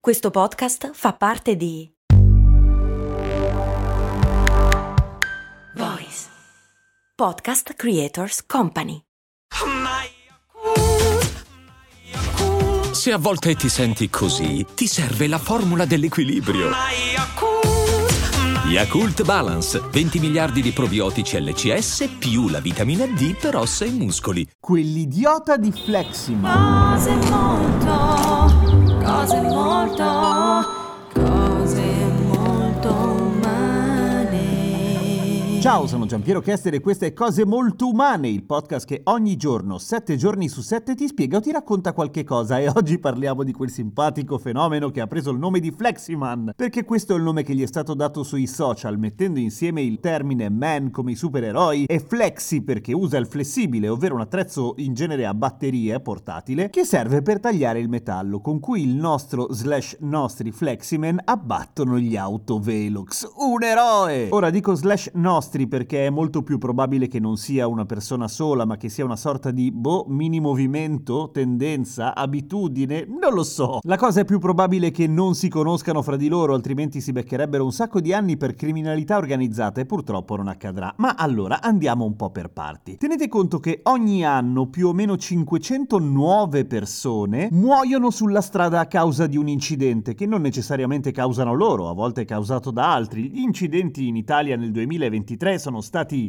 Questo podcast fa parte di Voice Podcast Creators Company. Se a volte ti senti così, ti serve la formula dell'equilibrio. Yakult Balance, 20 miliardi di probiotici LCS più la vitamina D per ossa e muscoli. Quell'idiota di Fleximan. Cose molto umane. Ciao, sono Giampiero Kester e questa è Cose Molto Umane, il podcast che ogni giorno, 7 giorni su 7 ti spiega o ti racconta qualche cosa, e oggi parliamo di quel simpatico fenomeno che ha preso il nome di Fleximan, perché questo è il nome che gli è stato dato sui social, mettendo insieme il termine man come i supereroi e flexi perché usa il flessibile, ovvero un attrezzo in genere a batterie portatile che serve per tagliare il metallo, con cui il nostri Fleximan abbattono gli autovelox. Un eroe! Ora dico nostri perché è molto più probabile che non sia una persona sola, ma che sia una sorta di mini movimento, tendenza, abitudine, non lo so. La cosa è più probabile che non si conoscano fra di loro, altrimenti si beccherebbero un sacco di anni per criminalità organizzata e purtroppo non accadrà. Ma allora andiamo un po' per parti. Tenete conto che ogni anno più o meno 500 nuove persone muoiono sulla strada a causa di un incidente che non necessariamente causano loro, a volte è causato da altri. Gli incidenti in Italia nel 2023 sono stati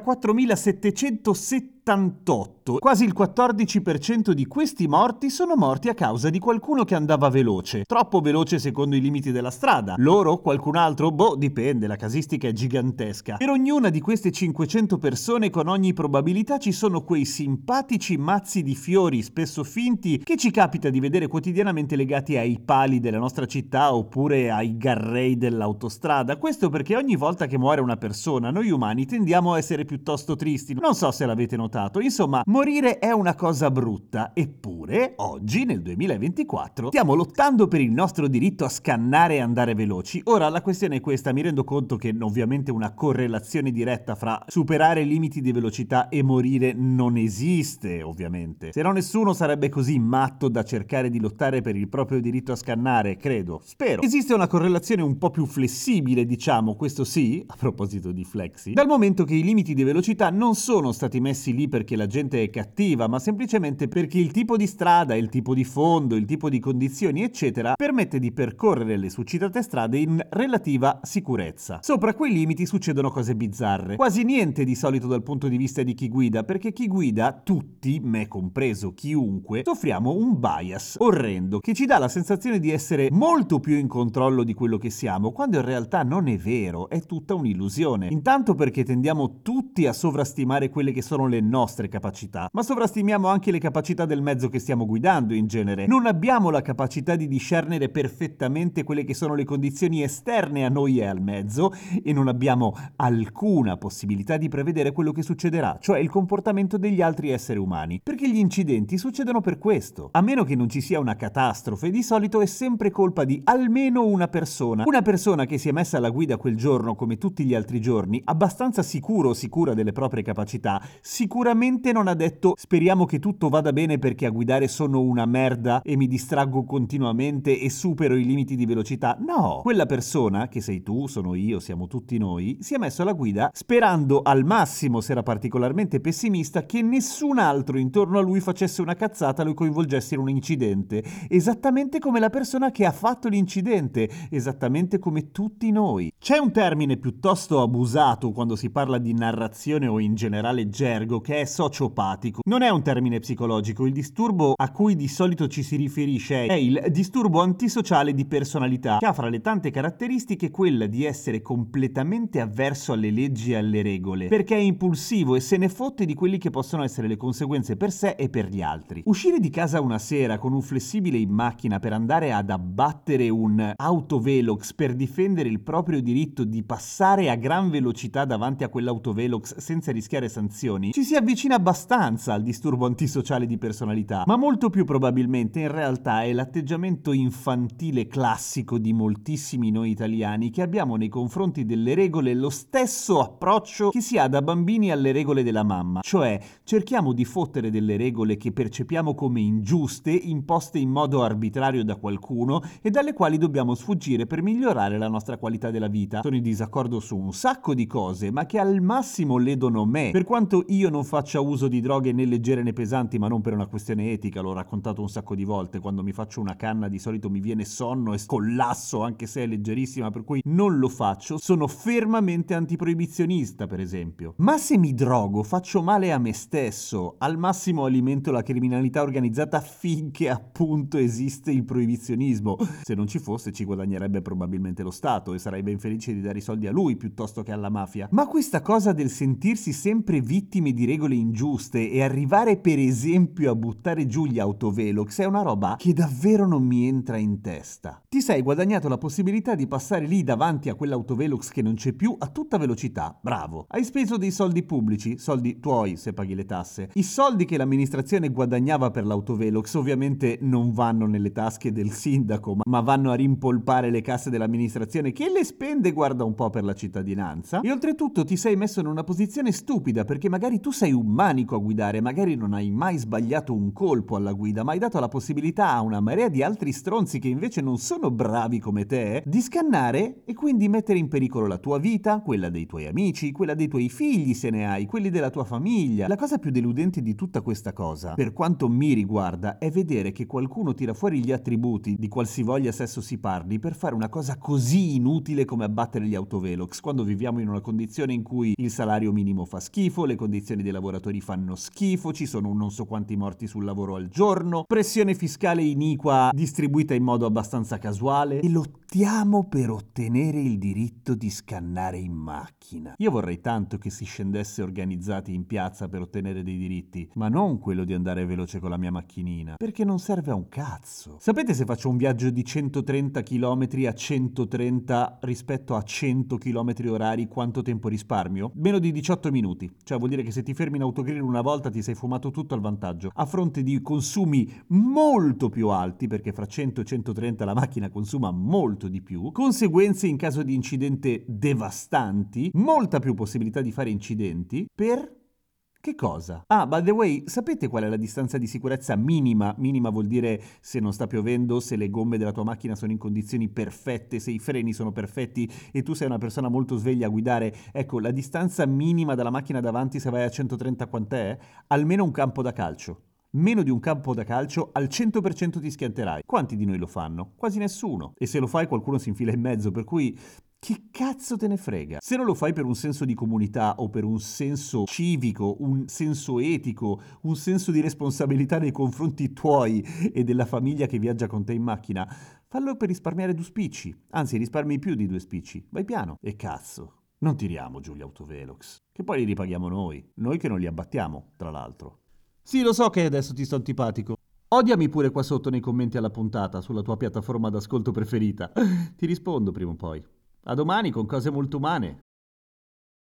44.778. Quasi il 14% di questi morti sono morti a causa di qualcuno che andava veloce. Troppo veloce secondo i limiti della strada. Loro? Qualcun altro? Dipende, la casistica è gigantesca. Per ognuna di queste 500 persone, con ogni probabilità, ci sono quei simpatici mazzi di fiori, spesso finti, che ci capita di vedere quotidianamente legati ai pali della nostra città oppure ai guardrail dell'autostrada. Questo perché ogni volta che muore una persona, noi umani tendiamo a essere piuttosto tristi. Non so se l'avete notato. Insomma, morire è una cosa brutta. Eppure, oggi, nel 2024, stiamo lottando per il nostro diritto a scannare e andare veloci. Ora, la questione è questa. Mi rendo conto che ovviamente una correlazione diretta fra superare i limiti di velocità e morire non esiste, ovviamente. Se no nessuno sarebbe così matto da cercare di lottare per il proprio diritto a scannare, credo. Spero. Esiste una correlazione un po' più flessibile, diciamo, questo sì, a proposito di flexi, dal momento che i limiti di velocità non sono stati messi lì perché la gente è cattiva, ma semplicemente perché il tipo di strada, il tipo di fondo, il tipo di condizioni, eccetera, permette di percorrere le succitate strade in relativa sicurezza. Sopra quei limiti succedono cose bizzarre. Quasi niente di solito dal punto di vista di chi guida, perché chi guida, tutti, me compreso, chiunque, soffriamo un bias orrendo che ci dà la sensazione di essere molto più in controllo di quello che siamo, quando in realtà non è vero, è tutta un'illusione. Intanto perché tendiamo tutti a sovrastimare quelle che sono le nostre capacità, ma sovrastimiamo anche le capacità del mezzo che stiamo guidando in genere. Non abbiamo la capacità di discernere perfettamente quelle che sono le condizioni esterne a noi e al mezzo, e non abbiamo alcuna possibilità di prevedere quello che succederà, cioè il comportamento degli altri esseri umani, perché gli incidenti succedono per questo. A meno che non ci sia una catastrofe, di solito è sempre colpa di almeno una persona che si è messa alla guida quel giorno come tutti gli altri giorni, abbastanza sicuro o sicura delle proprie capacità. Sicuramente non ha detto speriamo che tutto vada bene perché a guidare sono una merda e mi distraggo continuamente e supero i limiti di velocità. No, quella persona, che sei tu, sono io, siamo tutti noi, si è messo alla guida sperando al massimo, se era particolarmente pessimista, che nessun altro intorno a lui facesse una cazzata e lo coinvolgesse in un incidente, esattamente come la persona che ha fatto l'incidente, esattamente come tutti noi. C'è un termine piuttosto abusato quando si parla di narrazione o in generale gergo, che è sociopatico. Non è un termine psicologico, il disturbo a cui di solito ci si riferisce è il disturbo antisociale di personalità, che ha fra le tante caratteristiche quella di essere completamente avverso alle leggi e alle regole, perché è impulsivo e se ne fotte di quelli che possono essere le conseguenze per sé e per gli altri. Uscire di casa una sera con un flessibile in macchina per andare ad abbattere un autovelox per difendere il proprio diritto di passare a gran velocità davanti a quell'autovelox senza rischiare sanzioni, ci si avvicina abbastanza al disturbo antisociale di personalità, ma molto più probabilmente in realtà è l'atteggiamento infantile classico di moltissimi noi italiani che abbiamo nei confronti delle regole lo stesso approccio che si ha da bambini alle regole della mamma, cioè cerchiamo di fottere delle regole che percepiamo come ingiuste, imposte in modo arbitrario da qualcuno e dalle quali dobbiamo sfuggire per migliorare la nostra qualità della vita. Sono in disaccordo su un sacco di cose, ma che al massimo ledono me. Per quanto io non faccia uso di droghe né leggere né pesanti, ma non per una questione etica, l'ho raccontato un sacco di volte, quando mi faccio una canna di solito mi viene sonno e collasso anche se è leggerissima, per cui non lo faccio. Sono fermamente antiproibizionista, per esempio. Ma se mi drogo faccio male a me stesso, al massimo alimento la criminalità organizzata finché appunto esiste il proibizionismo. Se non ci fosse ci guadagnerebbe probabilmente lo Stato e sarei ben felice di dare i soldi a lui piuttosto che alla mafia. Ma questa cosa del sentirsi sempre vittime di regole ingiuste e arrivare per esempio a buttare giù gli autovelox è una roba che davvero non mi entra in testa. Ti sei guadagnato la possibilità di passare lì davanti a quell'autovelox che non c'è più a tutta velocità, bravo. Hai speso dei soldi pubblici, soldi tuoi se paghi le tasse. I soldi che l'amministrazione guadagnava per l'autovelox ovviamente non vanno nelle tasche del sindaco, ma vanno a rimpolpare le casse dell'amministrazione che le spende guarda un po' per la cittadinanza. E oltretutto ti sei messo in una posizione stupida perché magari tu sei un manico a guidare, magari non hai mai sbagliato un colpo alla guida, ma hai dato la possibilità a una marea di altri stronzi che invece non sono bravi come te di scannare e quindi mettere in pericolo la tua vita, quella dei tuoi amici, quella dei tuoi figli se ne hai, quelli della tua famiglia. La cosa più deludente di tutta questa cosa, per quanto mi riguarda, è vedere che qualcuno tira fuori gli attributi di qualsivoglia sesso si parli per fare una cosa così inutile come abbattere gli autovelox, quando viviamo in una condizione in cui il salario minimo fa schifo, le condizioni dei lavoratori fanno schifo, ci sono non so quanti morti sul lavoro al giorno, pressione fiscale iniqua distribuita in modo abbastanza casuale e lottiamo per ottenere il diritto di scannare in macchina. Io vorrei tanto che si scendesse organizzati in piazza per ottenere dei diritti, ma non quello di andare veloce con la mia macchinina, perché non serve a un cazzo. Sapete se faccio un viaggio di 130 km a 130 rispetto a 100 km orari quanto tempo risparmio? Meno di 18 minuti. Cioè vuol dire che se ti fermi in autogrill una volta ti sei fumato tutto al vantaggio, a fronte di consumi molto più alti, perché fra 100 e 130 la macchina consuma molto di più, conseguenze in caso di incidente devastanti, molta più possibilità di fare incidenti, per che cosa? Ah, by the way, sapete qual è la distanza di sicurezza minima? Minima vuol dire se non sta piovendo, se le gomme della tua macchina sono in condizioni perfette, se i freni sono perfetti e tu sei una persona molto sveglia a guidare. Ecco, la distanza minima dalla macchina davanti se vai a 130 quant'è? Almeno un campo da calcio. Meno di un campo da calcio al 100% ti schianterai. Quanti di noi lo fanno? Quasi nessuno. E se lo fai qualcuno si infila in mezzo, per cui che cazzo te ne frega? Se non lo fai per un senso di comunità o per un senso civico, un senso etico, un senso di responsabilità nei confronti tuoi e della famiglia che viaggia con te in macchina, fallo per risparmiare 2 spicci. Anzi, risparmi più di 2 spicci. Vai piano. E cazzo, non tiriamo giù gli autovelox, che poi li ripaghiamo noi che non li abbattiamo, tra l'altro. Sì, lo so che adesso ti sto antipatico. Odiami pure qua sotto nei commenti alla puntata, sulla tua piattaforma d'ascolto preferita. Ti rispondo prima o poi. A domani con cose molto umane.